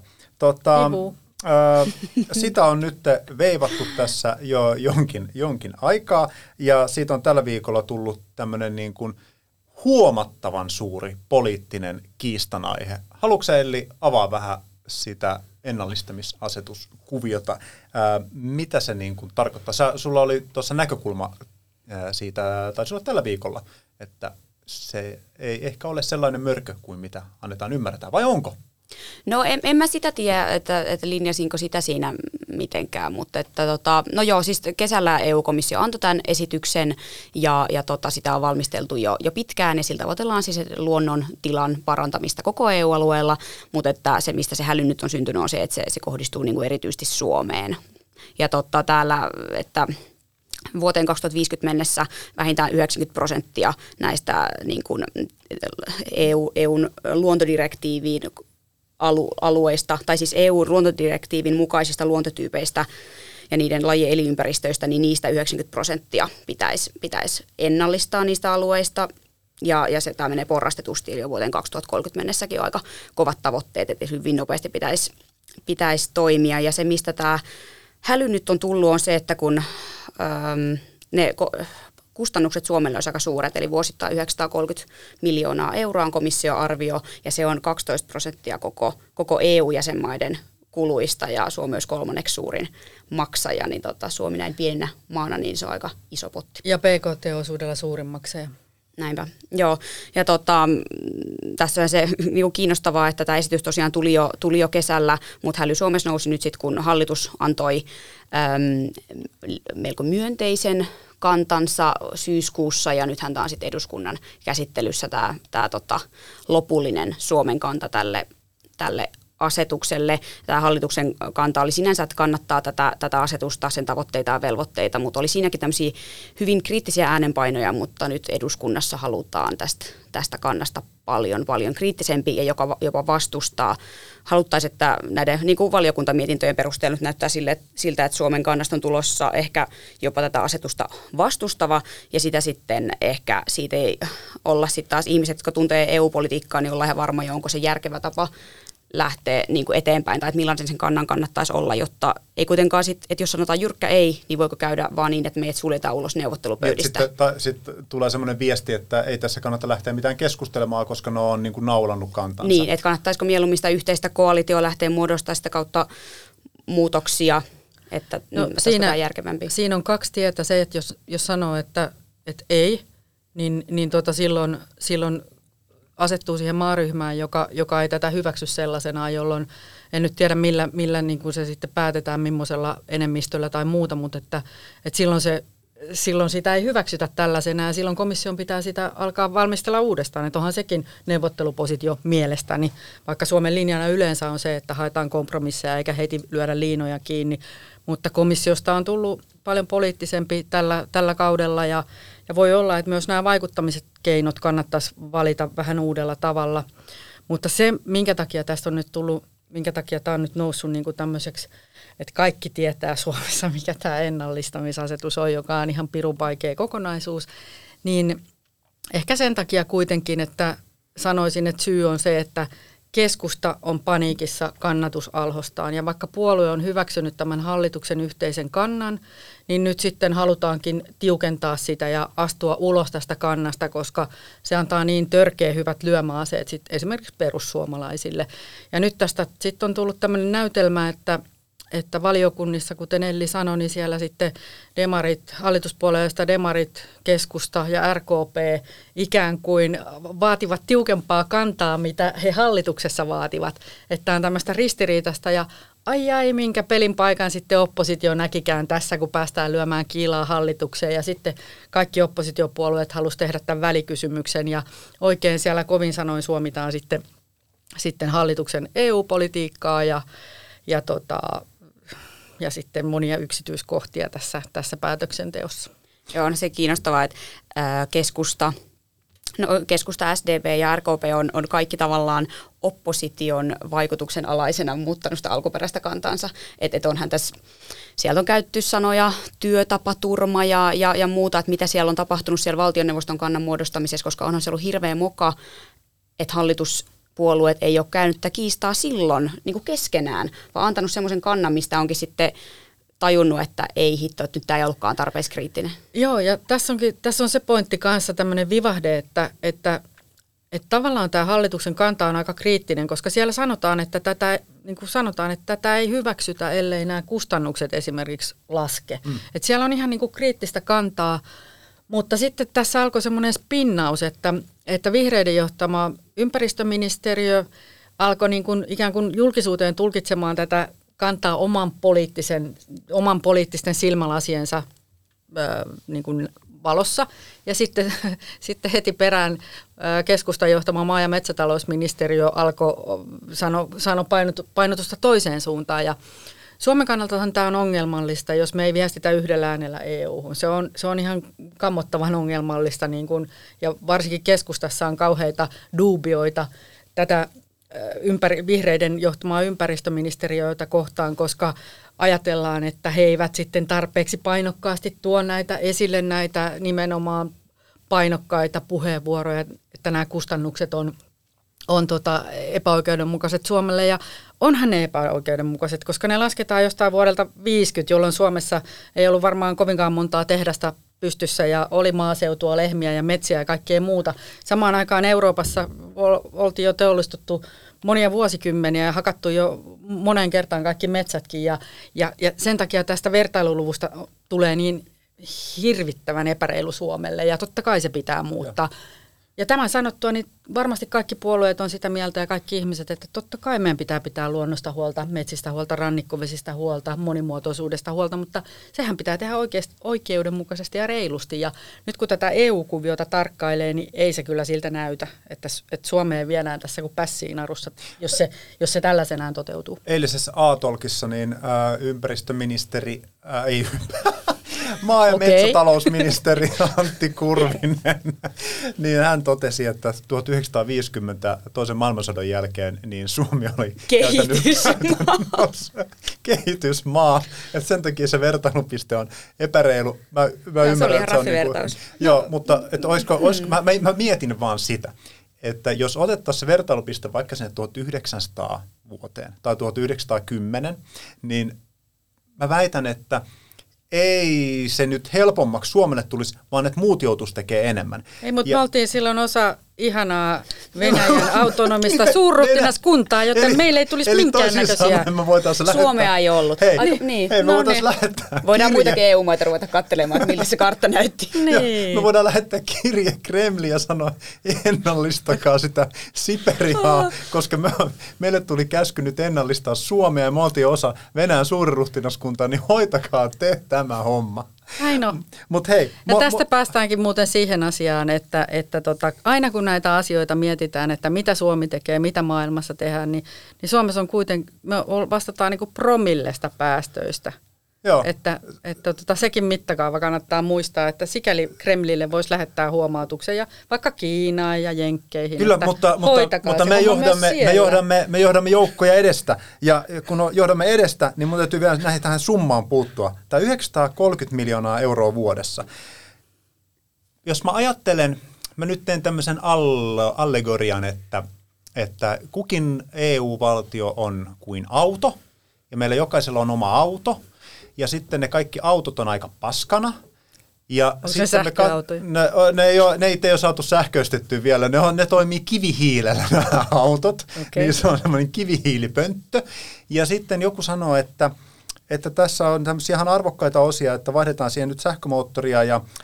Sitä on nyt veivattu tässä jo jonkin aikaa, ja siitä on tällä viikolla tullut tämmöinen niin kuin huomattavan suuri poliittinen kiistanaihe. Haluatko Elli avaa vähän sitä ennallistamisasetuskuviota? Mitä se niin kuin tarkoittaa? Sulla oli tuossa näkökulma siitä, taisi olla tällä viikolla, että se ei ehkä ole sellainen mörkö kuin mitä annetaan ymmärtää, vai onko? No en mä sitä tiedä, että linjasinko sitä siinä mitenkään, mutta siis kesällä EU-komissio antoi tämän esityksen ja sitä on valmisteltu jo pitkään ja siltä tavoitellaan siis luonnon tilan parantamista koko EU-alueella, mutta että se mistä se häly nyt on syntynyt on se, että se kohdistuu niin kuin erityisesti Suomeen. Ja täällä, että vuoteen 2050 mennessä vähintään 90% näistä niin kuin EUn luontodirektiiviin alueista, tai siis EU-luontodirektiivin mukaisista luontotyypeistä ja niiden lajien elinympäristöistä, niin niistä 90% pitäisi ennallistaa niistä alueista. Ja tämä menee porrastetusti, eli jo vuoteen 2030 mennessäkin on aika kovat tavoitteet, että hyvin nopeasti pitäisi toimia. Ja se, mistä tämä häly nyt on tullut, on se, että kun ne kustannukset Suomelle olisi aika suuret, eli vuosittain 930 miljoonaa euroa on komission-arvio, ja se on 12% koko EU-jäsenmaiden kuluista, ja Suomi olisi 3. suurin maksaja, niin Suomi näin pienenä maana, niin se on aika iso potti. Ja PKT-osuudella suurin maksaja. Näinpä, joo. Ja tässä on se niin kiinnostavaa, että tämä esitys tosiaan tuli jo kesällä, mutta häly Suomessa nousi nyt sitten, kun hallitus antoi melko myönteisen kantansa syyskuussa, ja nythän tämä on sitten eduskunnan käsittelyssä tämä lopullinen Suomen kanta tälle asetukselle. Tämä hallituksen kanta oli sinänsä, että kannattaa tätä asetusta, sen tavoitteita ja velvoitteita, mutta oli siinäkin tämmöisiä hyvin kriittisiä äänenpainoja, mutta nyt eduskunnassa halutaan tästä kannasta paljon kriittisempi ja jopa vastustaa. Haluttaisiin, että näiden niin kuin valiokuntamietintöjen perusteella nyt näyttää siltä, että Suomen kannasta on tulossa ehkä jopa tätä asetusta vastustava, ja sitä sitten ehkä siitä ei olla sitten taas ihmiset, jotka tuntee EU-politiikkaa, niin olla ihan varma, onko se järkevä tapa lähteä niin kuin eteenpäin, tai että millaisen sen kannan kannattaisi olla, jotta ei kuitenkaan sitten, että jos sanotaan jyrkkä ei, niin voiko käydä vaan niin, että meidät suljetaan ulos neuvottelupöydistä. Sitten tulee semmoinen viesti, että ei tässä kannata lähteä mitään keskustelemaan, koska ne on niin kuin naulannut kantansa. Niin, että kannattaisiko mieluummin sitä yhteistä koalitioa lähteä muodostamaan sitä kautta muutoksia, että siinä on järkevämpi. Siinä on kaksi tietä. Se, että jos sanoo, että ei, niin silloin asettuu siihen maaryhmään, joka ei tätä hyväksy sellaisenaan, jolloin en nyt tiedä millä niin kuin se sitten päätetään, millaisella enemmistöllä tai muuta, mutta että silloin se silloin sitä ei hyväksytä tällaisena ja silloin komission pitää sitä alkaa valmistella uudestaan. Että onhan sekin neuvottelupositio mielestäni, vaikka Suomen linjana yleensä on se, että haetaan kompromisseja eikä heti lyödä liinoja kiinni. Mutta komissiosta on tullut paljon poliittisempi tällä kaudella ja voi olla, että myös nämä vaikuttamiset keinot kannattaisi valita vähän uudella tavalla. Mutta se, minkä takia tästä on nyt tullut, minkä takia tämä on nyt noussut niin kuin tämmöiseksi, että kaikki tietää Suomessa, mikä tämä ennallistamisasetus on, joka on ihan pirun vaikea kokonaisuus, niin ehkä sen takia kuitenkin, että sanoisin, että syy on se, että keskusta on paniikissa kannatusalhostaan ja vaikka puolue on hyväksynyt tämän hallituksen yhteisen kannan, niin nyt sitten halutaankin tiukentaa sitä ja astua ulos tästä kannasta, koska se antaa niin törkeä hyvät lyömäaseet sit esimerkiksi perussuomalaisille. Ja nyt tästä sitten on tullut tämmöinen näytelmä, että valiokunnissa, kuten Elli sanoi, niin siellä sitten demarit, hallituspuolueista demarit, keskusta ja RKP ikään kuin vaativat tiukempaa kantaa, mitä he hallituksessa vaativat. Että on tämmöistä ristiriitasta ja ai minkä pelin paikan sitten oppositio näkikään tässä, kun päästään lyömään kiilaa hallitukseen. Ja sitten kaikki oppositiopuolueet halusivat tehdä tämän välikysymyksen ja oikein siellä kovin sanoin suomitaan sitten hallituksen EU-politiikkaa ja sitten monia yksityiskohtia tässä päätöksenteossa. Joo, on se kiinnostavaa, että keskusta, SDP ja RKP on kaikki tavallaan opposition vaikutuksen alaisena muuttanut sitä alkuperäistä kantaansa. Että onhan tässä, sieltä on käytetty sanoja työtapaturma ja muuta, että mitä siellä on tapahtunut siellä valtioneuvoston kannan muodostamisessa, koska onhan se ollut hirveä moka, että hallituspuolueet ei ole käynyt tätä kiistaa silloin niin kuin keskenään, vaan antanut semmoisen kannan, mistä onkin sitten tajunnut, että ei hitto, että nyt tämä ei ollutkaan tarpeeksi kriittinen. Joo, ja tässä on se pointti kanssa tämmöinen vivahde, että tavallaan tämä hallituksen kanta on aika kriittinen, koska siellä sanotaan, että tätä ei hyväksytä, ellei nämä kustannukset esimerkiksi laske. Että siellä on ihan niin kuin kriittistä kantaa, mutta sitten tässä alkoi semmoinen spinnaus, että vihreiden johtama ympäristöministeriö alkoi niin kuin ikään kuin julkisuuteen tulkitsemaan tätä kantaa oman poliittisten silmälasiensa niin kuin valossa. Ja sitten heti perään keskustan johtama maa- ja metsätalousministeriö alkoi sanoa painotusta toiseen suuntaan. Ja Suomen kannaltahan tämä on ongelmallista, jos me ei viestitä yhdellä äänellä EU-hun. Se on ihan kammottavan ongelmallista, niin kuin, ja varsinkin keskustassa on kauheita duubioita tätä vihreiden johtamaa ympäristöministeriöitä kohtaan, koska ajatellaan, että he eivät sitten tarpeeksi painokkaasti tuo esille näitä nimenomaan painokkaita puheenvuoroja, että nämä kustannukset on epäoikeudenmukaiset Suomelle, ja onhan ne epäoikeudenmukaiset, koska ne lasketaan jostain vuodelta 50, jolloin Suomessa ei ollut varmaan kovinkaan montaa tehdasta pystyssä ja oli maaseutua, lehmiä ja metsiä ja kaikkea muuta. Samaan aikaan Euroopassa oltiin jo teollistuttu monia vuosikymmeniä ja hakattu jo moneen kertaan kaikki metsätkin ja sen takia tästä vertailuluvusta tulee niin hirvittävän epäreilu Suomelle ja totta kai se pitää muuttaa. Ja tämän sanottua, niin varmasti kaikki puolueet on sitä mieltä ja kaikki ihmiset, että totta kai meidän pitää luonnosta huolta, metsistä huolta, rannikkovesistä huolta, monimuotoisuudesta huolta, mutta sehän pitää tehdä oikeudenmukaisesti ja reilusti. Ja nyt kun tätä EU-kuviota tarkkailee, niin ei se kyllä siltä näytä, että Suomeen viedään tässä kuin pässiin narussa, jos se tällaisenään toteutuu. Eilisessä A-talkissa niin ympäristöministeri, maa- ja metsätalousministeri Antti Kurvinen, niin hän totesi, että 1950 toisen maailmansodan jälkeen niin Suomi oli kehitysmaa. Että sen takia se vertailupiste on epäreilu. Mä ymmärrän, se oli ihan että se on raffivertaus. Joo, mutta että mä mietin vaan sitä, että jos otettaisiin se vertailupiste vaikka sinne 1900 vuoteen tai 1910, niin mä väitän, että ei se nyt helpommaksi Suomelle tulisi, vaan että muut joutuisi tekemään enemmän. Ei, mutta me oltiin silloin osa ihanaa Venäjän autonomista suurruhtinaskuntaa, joten meille ei tulisi minkäännäköisiä. Suomea ei ollut. Hei, me voitaisiin lähettää voidaan muitakin EU-maita ruveta katselemaan, että millä se kartta näytti. Niin. Me voidaan lähettää kirje Kremliin ja sanoa, ennallistakaa sitä Siperiaa, koska meille tuli käsky nyt ennallistaa Suomea ja me oltiin osa Venäjän suurruhtinaskuntaa, niin hoitakaa te tämä homma. Näin on. Mut hei, ja tästä päästäänkin muuten siihen asiaan, että aina kun näitä asioita mietitään, että mitä Suomi tekee, mitä maailmassa tehdään, niin Suomessa on kuitenkin, me vastataan niin kuin promillesta päästöistä. Joo. Että sekin mittakaava kannattaa muistaa, että sikäli Kremlille voisi lähettää huomautuksen ja vaikka Kiinaan ja Jenkkeihin. Kyllä, mutta me johdamme joukkoja edestä. Ja kun johdamme edestä, niin mun täytyy vielä tähän summaan puuttua. Tämä 930 miljoonaa euroa vuodessa. Jos mä ajattelen, mä nyt teen tämmöisen allegorian, että kukin EU-valtio on kuin auto, ja meillä jokaisella on oma auto, ja sitten ne kaikki autot on aika paskana. Ja onko sitten ne sähköautoja? Ne ei ole saatu sähköistettyä vielä. Ne toimii kivihiilellä nämä autot. Okay. Niin se on semmoinen kivihiilipönttö. Ja sitten joku sanoo, että tässä on tämmöisiä ihan arvokkaita osia, että vaihdetaan siihen nyt sähkömoottoria.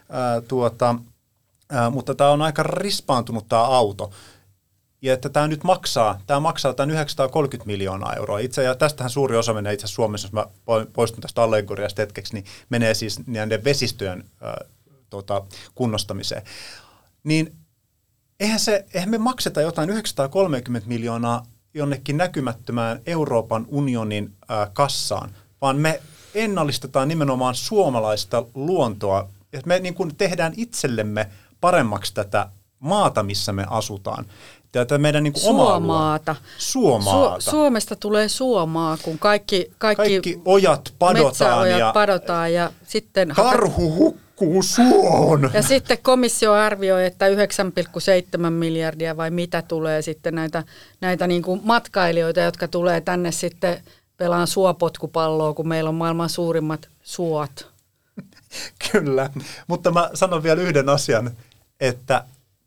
Mutta tämä on aika rispaantunut tämä auto. Ja että tämä nyt maksaa tämän 930 miljoonaa euroa. Ja tästähän suuri osa menee itse asiassa Suomessa, jos mä poistun tästä allegoriasta hetkeksi, niin menee siis näiden vesistöjen kunnostamiseen. Niin eihän me makseta jotain 930 miljoonaa jonnekin näkymättömään Euroopan unionin kassaan, vaan me ennallistetaan nimenomaan suomalaista luontoa. Että me niin kuin tehdään itsellemme paremmaksi tätä maata, missä me asutaan. Tätä meidän niin kuin Suomaata. Suomesta tulee Suomaa, kun kaikki ojat padotaan padotaan ja sitten karhu hukkuu suohon. Ja sitten komissio arvioi, että 9,7 miljardia vai mitä tulee sitten näitä niin kuin matkailijoita, jotka tulee tänne sitten pelaan suopotkupalloa, kun meillä on maailman suurimmat suot. Kyllä, mutta mä sanon vielä yhden asian, että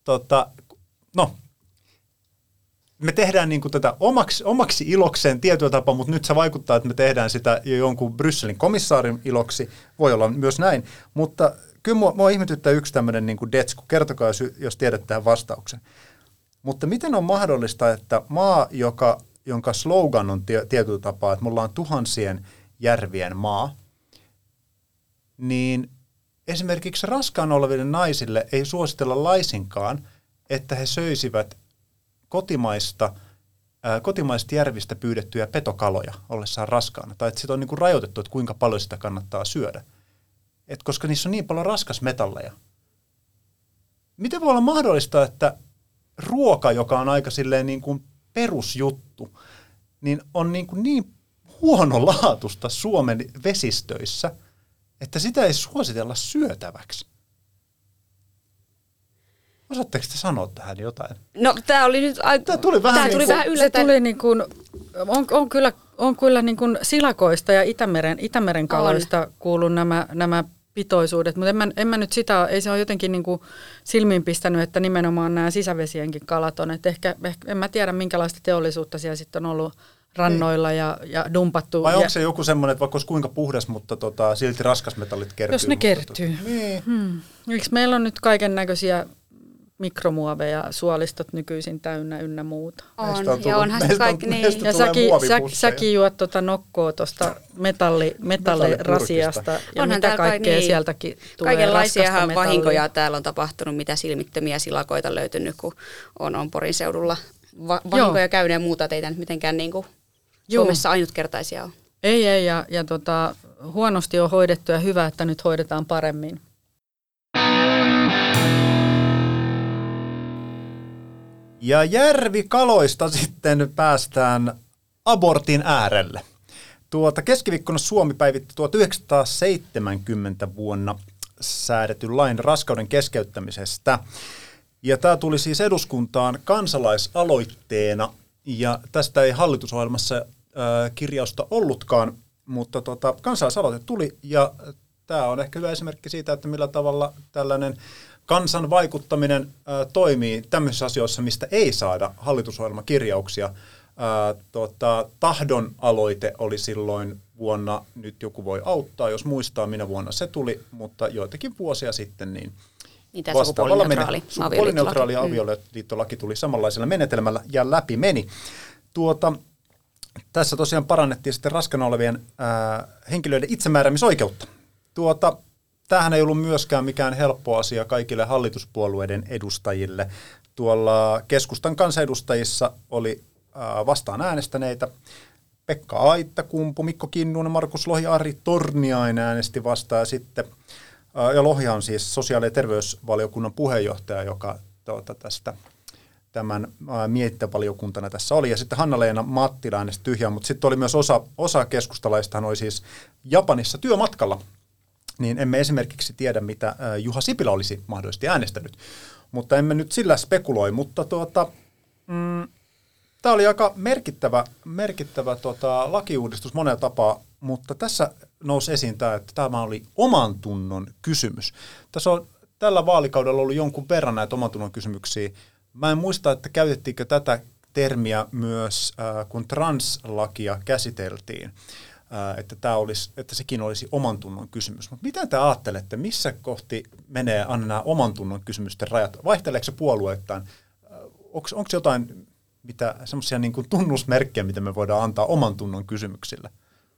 me tehdään niin kuin tätä omaksi ilokseen tietyllä tapaa, mutta nyt se vaikuttaa, että me tehdään sitä jonkun Brysselin komissaarin iloksi. Voi olla myös näin, mutta kyllä mua ihmetyttää yksi tämmöinen niin kuin detsku. Kertokaa, jos tiedät tähän vastauksen. Mutta miten on mahdollista, että maa, jonka slogan on tietyllä tapaa, että me ollaan tuhansien järvien maa, niin esimerkiksi raskaana oleville naisille ei suositella laisinkaan, että he söisivät kotimaista järvistä pyydettyjä petokaloja ollessaan raskaana. Tai että sitä on niin kuin rajoitettu, että kuinka paljon sitä kannattaa syödä. Koska niissä on niin paljon raskasmetalleja. Miten voi olla mahdollista, että ruoka, joka on aika silleen niin kuin perusjuttu, niin on niin huonolaatusta Suomen vesistöissä, että sitä ei suositella syötäväksi? Osaatteko te sanoa tähän jotain? No tämä oli nyt Tämä tuli vähän yllättäen. Se tuli niin kuin, on kyllä niin kuin silakoista ja Itämeren kaloista kuullut nämä pitoisuudet, mutta en mä nyt sitä, ei se ole jotenkin niin kuin silmiin pistänyt, että nimenomaan nämä sisävesienkin kalat on. Että ehkä en mä tiedä, minkälaista teollisuutta siellä sitten on ollut rannoilla ja dumpattu. Vai onko se joku semmoinen, että vaikka olisi kuinka puhdas, mutta silti raskasmetallit kertyy? Jos ne kertyy. Niin. Eikö meillä on nyt kaiken näköisiä mikromuoveja, suolistot nykyisin täynnä ynnä muuta? Ja onhan se kaikki niin. Ja säkin juot nokkoa tuosta metallirasiasta ja onhan mitä kaikkea niin. Sieltäkin tulee. Kaikenlaisia vahinkoja täällä on tapahtunut, mitä silmittömiä silakoita löytynyt, kun on Porin seudulla vahinkoja käydä ja muuta, teitä nyt mitenkään niin kuin Suomessa ainutkertaisia on. Ei, ja huonosti on hoidettu ja hyvä, että nyt hoidetaan paremmin. Ja järvikaloista sitten päästään abortin äärelle. Keskiviikkona Suomi päivitti 1970 vuonna säädetyn lain raskauden keskeyttämisestä. Ja tämä tuli siis eduskuntaan kansalaisaloitteena, ja tästä ei hallitusohjelmassa kirjausta ollutkaan, mutta kansalaisaloite tuli, ja tämä on ehkä hyvä esimerkki siitä, että millä tavalla tällainen kansan vaikuttaminen toimii tämmöisissä asioissa, mistä ei saada hallitusohjelmakirjauksia. Tahdon aloite oli silloin vuonna, nyt joku voi auttaa, jos muistaa, minä vuonna se tuli, mutta joitakin vuosia sitten niin sukupuolineutraali avioliittolaki tuli samanlaisella menetelmällä ja läpi meni. Tässä tosiaan parannettiin sitten raskaana olevien henkilöiden itsemääräämisoikeutta. tämähän ei ollut myöskään mikään helppo asia kaikille hallituspuolueiden edustajille. Tuolla keskustan kansanedustajissa oli vastaan äänestäneitä. Pekka Aittakumpu, Mikko Kinnunen, Markus Lohi, Ari Torniainen äänesti vastaan. Ja sitten, ja Lohi on siis sosiaali- ja terveysvaliokunnan puheenjohtaja, joka tästä tämän mietintövaliokuntana tässä oli. Ja sitten Hanna-Leena Mattila äänesti tyhjää, mutta sitten oli myös osa keskustalaistahan oli siis Japanissa työmatkalla. Niin emme esimerkiksi tiedä, mitä Juha Sipilä olisi mahdollisesti äänestänyt. Mutta emme nyt sillä spekuloi, mutta tämä oli aika merkittävä lakiuudistus monella tapaa, mutta tässä nousi esiin tämä, että tämä oli oman tunnon kysymys. Tässä on tällä vaalikaudella ollut jonkun verran näitä oman tunnon kysymyksiä. Mä en muista, että käytettiinkö tätä termiä myös, kun translakia käsiteltiin, että sekin olisi oman tunnon kysymys. Mutta miten te ajattelette, missä kohti menee aina nämä oman tunnon kysymysten rajat? Vaihteleeko se puolueittain? Onko jotain semmoisia niin kuin tunnusmerkkejä, mitä me voidaan antaa oman tunnon kysymyksille?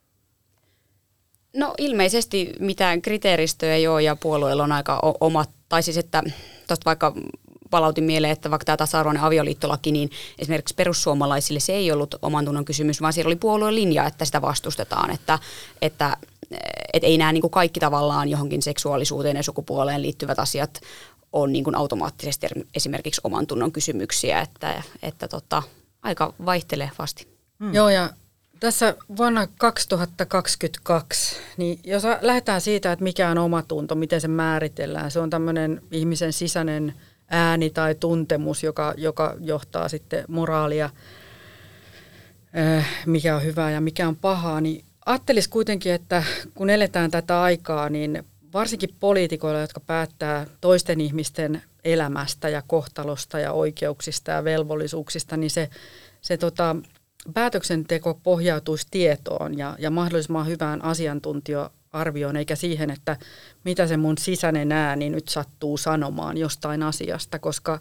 No ilmeisesti mitään kriteeristöjä ei ole ja puolueilla on aika omat, tai siis että tuosta vaikka palautin mieleen, että vaikka tämä tasa-arvoinen avioliittolaki, niin esimerkiksi perussuomalaisille se ei ollut oman tunnon kysymys, vaan siellä oli puolueen linja, että sitä vastustetaan, että ei nämä niin kuin kaikki tavallaan johonkin seksuaalisuuteen ja sukupuoleen liittyvät asiat on niin kuin automaattisesti esimerkiksi oman tunnon kysymyksiä, että aika vaihtelevasti. Joo, ja tässä vuonna 2022, niin jos lähdetään siitä, että mikä on omatunto, miten se määritellään, se on tämmöinen ihmisen sisäinen ääni tai tuntemus, joka johtaa sitten moraalia, mikä on hyvää ja mikä on pahaa, niin ajattelisi kuitenkin, että kun eletään tätä aikaa, niin varsinkin poliitikoilla, jotka päättää toisten ihmisten elämästä ja kohtalosta ja oikeuksista ja velvollisuuksista, niin se päätöksenteko pohjautuisi tietoon ja mahdollisimman hyvään asiantuntija-arvioon, eikä siihen, että mitä se mun sisäinen ääni nyt sattuu sanomaan jostain asiasta, koska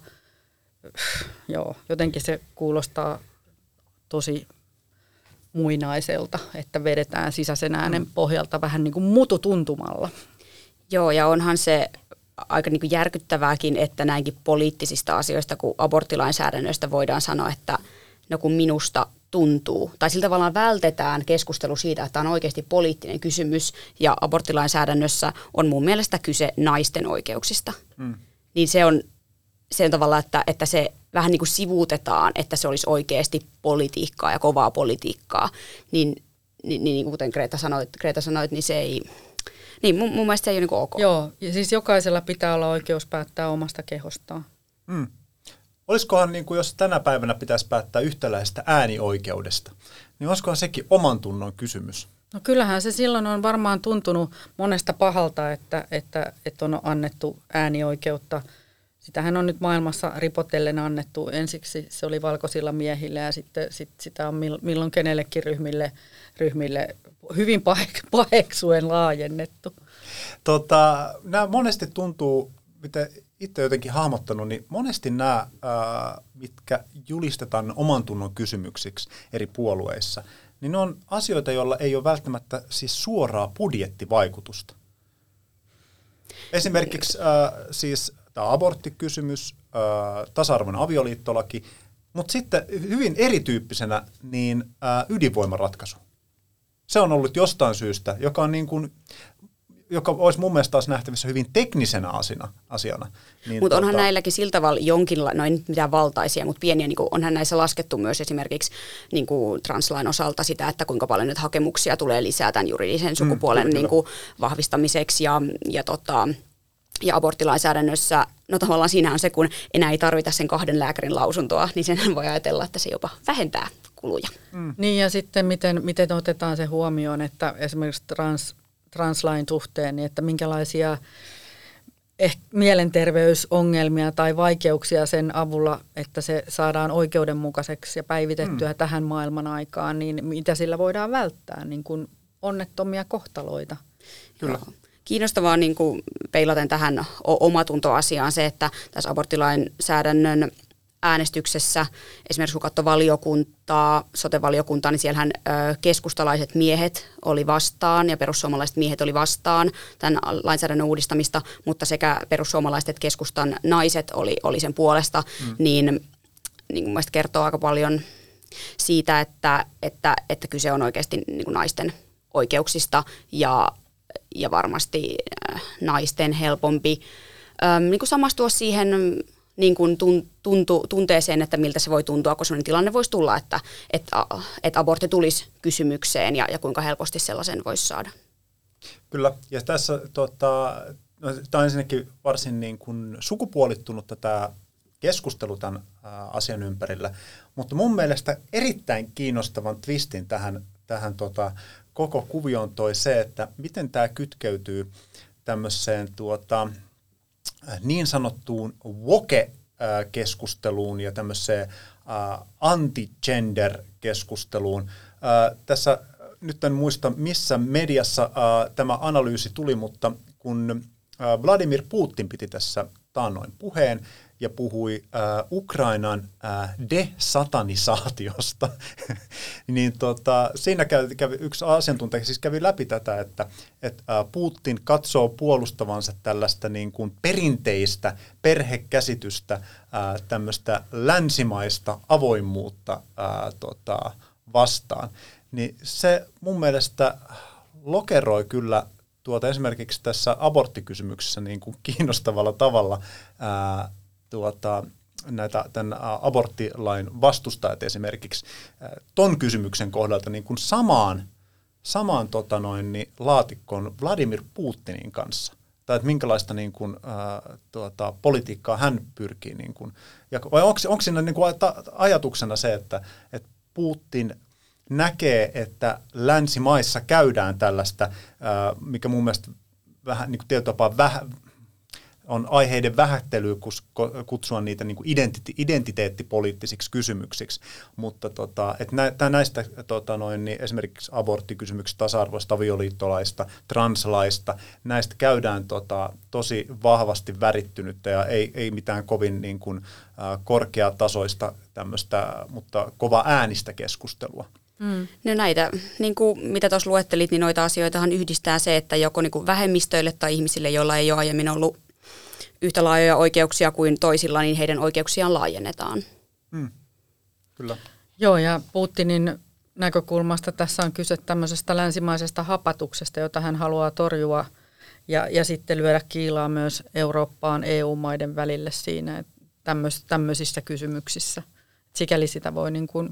jotenkin se kuulostaa tosi muinaiselta, että vedetään sisäisen äänen pohjalta vähän niin kuin mututuntumalla. Joo, ja onhan se aika niin kuin järkyttävääkin, että näinkin poliittisista asioista kuin aborttilainsäädännöstä voidaan sanoa, että no kun minusta tuntuu, tai sillä tavallaan vältetään keskustelu siitä, että on oikeasti poliittinen kysymys, ja aborttilainsäädännössä on mun mielestä kyse naisten oikeuksista. Niin se on tavallaan, että se vähän niin kuin sivuutetaan, että se olisi oikeasti politiikkaa ja kovaa politiikkaa, niin kuten Greta sanoit, niin se ei, niin mun mielestä se ei ole niin kuin ok. Joo, ja siis jokaisella pitää olla oikeus päättää omasta kehostaan. Olisikohan, niin kuin jos tänä päivänä pitäisi päättää yhtäläisestä äänioikeudesta, niin olisikohan sekin oman tunnon kysymys? No kyllähän se silloin on varmaan tuntunut monesta pahalta, että on annettu äänioikeutta. Sitähän on nyt maailmassa ripotellen annettu. Ensiksi se oli valkoisilla miehillä ja sitten sitä on milloin kenellekin ryhmille hyvin paheksuen laajennettu. Nämä monesti tuntuu, mitä itse jotenkin hahmottanut, niin monesti nämä, mitkä julistetaan oman tunnon kysymyksiksi eri puolueissa, niin ne on asioita, joilla ei ole välttämättä siis suoraa budjettivaikutusta. Esimerkiksi siis tämä aborttikysymys, tasa-arvoinen avioliittolaki, mutta sitten hyvin erityyppisenä niin ydinvoimaratkaisu. Se on ollut jostain syystä, joka olisi mun mielestä taas nähtävissä hyvin teknisenä asiana. Niin mutta onhan näilläkin sillä tavalla jonkinlainen, no ei nyt mitään valtaisia, mutta pieniä, niin kuin onhan näissä laskettu myös esimerkiksi niin kuin translain osalta sitä, että kuinka paljon nyt hakemuksia tulee lisää tämän juridisen sukupuolen niin kuin vahvistamiseksi ja aborttilainsäädännössä, no tavallaan siinä on se, kun enää ei tarvita sen 2 lääkärin lausuntoa, niin sen voi ajatella, että se jopa vähentää kuluja. Niin ja sitten miten otetaan se huomioon, että esimerkiksi translain suhteen, niin että minkälaisia mielenterveysongelmia tai vaikeuksia sen avulla, että se saadaan oikeudenmukaiseksi ja päivitettyä tähän maailman aikaan, niin mitä sillä voidaan välttää, niin kuin onnettomia kohtaloita. Kyllä. Kiinnostavaa niin kuin peilaten tähän omatuntoasiaan se, että tässä aborttilainsäädännön äänestyksessä, esimerkiksi kun katsoi valiokuntaa, sote-valiokuntaa, niin siellähän keskustalaiset miehet oli vastaan ja perussuomalaiset miehet oli vastaan tämän lainsäädännön uudistamista, mutta sekä perussuomalaiset että keskustan naiset oli sen puolesta, niin mun mielestä kertoo aika paljon siitä, että kyse on oikeasti niin kuin naisten oikeuksista ja varmasti naisten helpompi niin kuin samastua siihen niin kuin tunteeseen, että miltä se voi tuntua, kun sellainen tilanne voisi tulla, että abortti tulisi kysymykseen ja kuinka helposti sellaisen voisi saada. Kyllä, ja tässä tämä on ensinnäkin varsin niin kuin sukupuolittunutta tämä keskustelu tämän asian ympärillä, mutta mun mielestä erittäin kiinnostavan twistin tähän koko kuvioon toi se, että miten tämä kytkeytyy tämmöiseen niin sanottuun woke-keskusteluun ja tämmöiseen anti-gender-keskusteluun. Tässä nyt en muista, missä mediassa tämä analyysi tuli, mutta kun Vladimir Putin piti tässä taannoin puheen ja puhui Ukrainan desatanisaatiosta, niin siinä kävi yksi asiantuntija siis kävi läpi tätä, että Putin katsoo puolustavansa tällaista niin kuin perinteistä perhekäsitystä, tämmöistä länsimaista avoimuutta vastaan. Niin se mun mielestä lokeroi kyllä esimerkiksi tässä aborttikysymyksessä niin kuin kiinnostavalla tavalla tämän aborttilain vastustajat esimerkiksi ton kysymyksen kohdalta niin kuin samaan laatikkoon Vladimir Putinin kanssa. Tai että minkälaista niin kuin, politiikkaa hän pyrkii. Niin kuin, vai onko siinä niin kuin ajatuksena se, että Putin näkee, että länsimaissa käydään tällaista, mikä mun mielestä vähän niin kuin tietyllä tapaa on aiheiden vähättelyä kutsua niitä niin kuin identiteettipoliittisiksi kysymyksiksi, mutta että näistä niin esimerkiksi aborttikysymyksistä, tasa-arvoista, avioliittolaista, translaista, näistä käydään tosi vahvasti värittynyttä ja ei mitään kovin niin kuin, korkeatasoista tämmöistä, mutta kova äänistä keskustelua. No näitä, niin kuin mitä tuossa luettelit, niin noita asioitahan yhdistää se, että joko niin kuin vähemmistöille tai ihmisille, joilla ei ole aiemmin ollut yhtä laajoja oikeuksia kuin toisilla, niin heidän oikeuksiaan laajennetaan. Kyllä. Joo, ja Putinin näkökulmasta tässä on kyse tämmöisestä länsimaisesta hapatuksesta, jota hän haluaa torjua ja sitten lyödä kiilaa myös Eurooppaan EU-maiden välille siinä tämmöisissä kysymyksissä. Sikäli sitä voi niin kuin,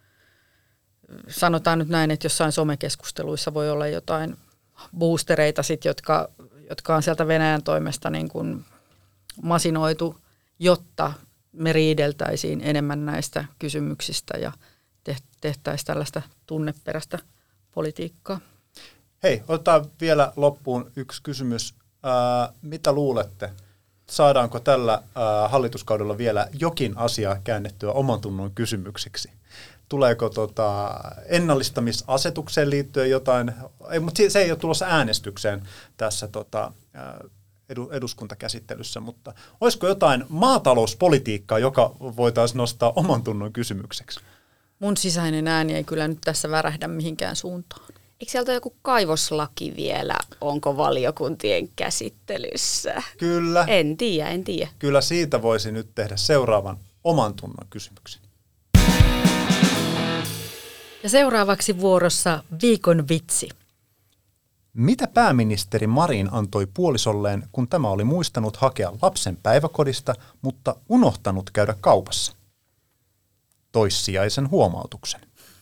sanotaan nyt näin, että jossain somekeskusteluissa voi olla jotain boostereita sit, jotka on sieltä Venäjän toimesta niin kuin masinoitu, jotta me riideltäisiin enemmän näistä kysymyksistä ja tehtäisiin tällaista tunneperäistä politiikkaa. Hei, otetaan vielä loppuun yksi kysymys. Mitä luulette, saadaanko tällä hallituskaudella vielä jokin asia käännettyä oman tunnon kysymyksiksi? Tuleeko ennallistamisasetukseen liittyen jotain, mutta se ei ole tulossa äänestykseen tässä eduskuntakäsittelyssä, mutta olisiko jotain maatalouspolitiikkaa, joka voitaisiin nostaa oman tunnon kysymykseksi? Mun sisäinen ääni ei kyllä nyt tässä värähdä mihinkään suuntaan. Eikö sieltä joku kaivoslaki vielä, onko valiokuntien käsittelyssä? Kyllä. En tiedä. Kyllä siitä voisi nyt tehdä seuraavan oman tunnon kysymyksen. Ja seuraavaksi vuorossa viikon vitsi. Mitä pääministeri Marin antoi puolisolleen, kun tämä oli muistanut hakea lapsen päiväkodista, mutta unohtanut käydä kaupassa? Toissijaisen huomautuksen.